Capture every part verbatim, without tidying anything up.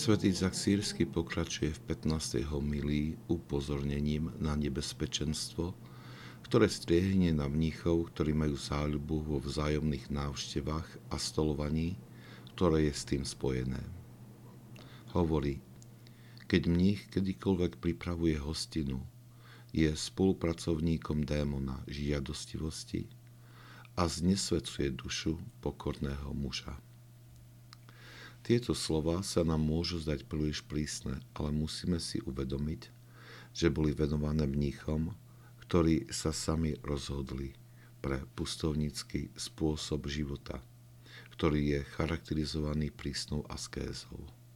Svätý Izak Sýrsky pokračuje v pätnástej homílii upozornením na nebezpečenstvo, ktoré striehne na mníchov, ktorí majú záľubu vo vzájomných návštevách a stolovaní, ktoré je s tým spojené. Hovorí, keď mních kedykoľvek pripravuje hostinu, je spolupracovníkom démona žiadostivosti a znesvecuje dušu pokorného muža. Tieto slová sa nám môžu zdať príliš prísne, ale musíme si uvedomiť, že boli venované mníchom, ktorí sa sami rozhodli pre pustovnícky spôsob života, ktorý je charakterizovaný prísnou askézou.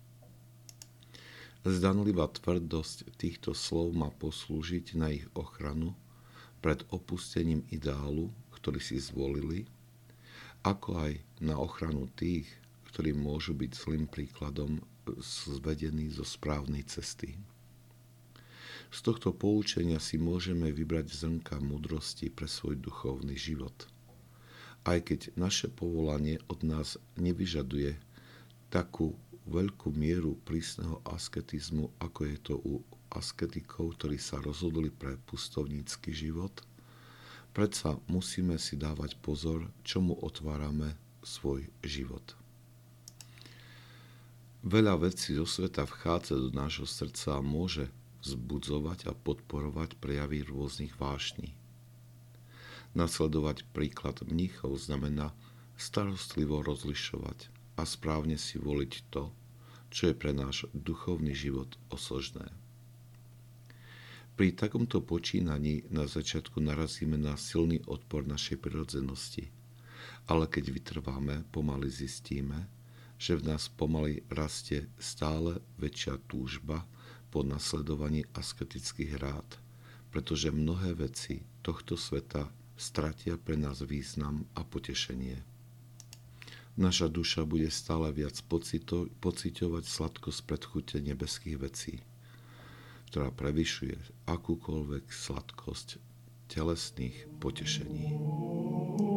Zdanlivá tvrdosť týchto slov má poslúžiť na ich ochranu pred opustením ideálu, ktorý si zvolili, ako aj na ochranu tých, ktorí môžu byť zlým príkladom zvedení zo správnej cesty. Z tohto poučenia si môžeme vybrať zrnka múdrosti pre svoj duchovný život. Aj keď naše povolanie od nás nevyžaduje takú veľkú mieru prísneho asketizmu, ako je to u asketikov, ktorí sa rozhodli pre pustovnícky život, predsa musíme si dávať pozor, čomu otvárame svoj život. Veľa vecí zo sveta vchádza do nášho srdca a môže vzbudzovať a podporovať prejavy rôznych vášní. Nasledovať príklad mníchov znamená starostlivo rozlišovať a správne si voliť to, čo je pre náš duchovný život osožné. Pri takomto počínaní na začiatku narazíme na silný odpor našej prirodzenosti, ale keď vytrváme, pomaly zistíme, že v nás pomaly rastie stále väčšia túžba po nasledovaní asketických rád, pretože mnohé veci tohto sveta stratia pre nás význam a potešenie. Naša duša bude stále viac pocito- pociťovať sladkosť predchute nebeských vecí, ktorá prevyšuje akúkoľvek sladkosť telesných potešení.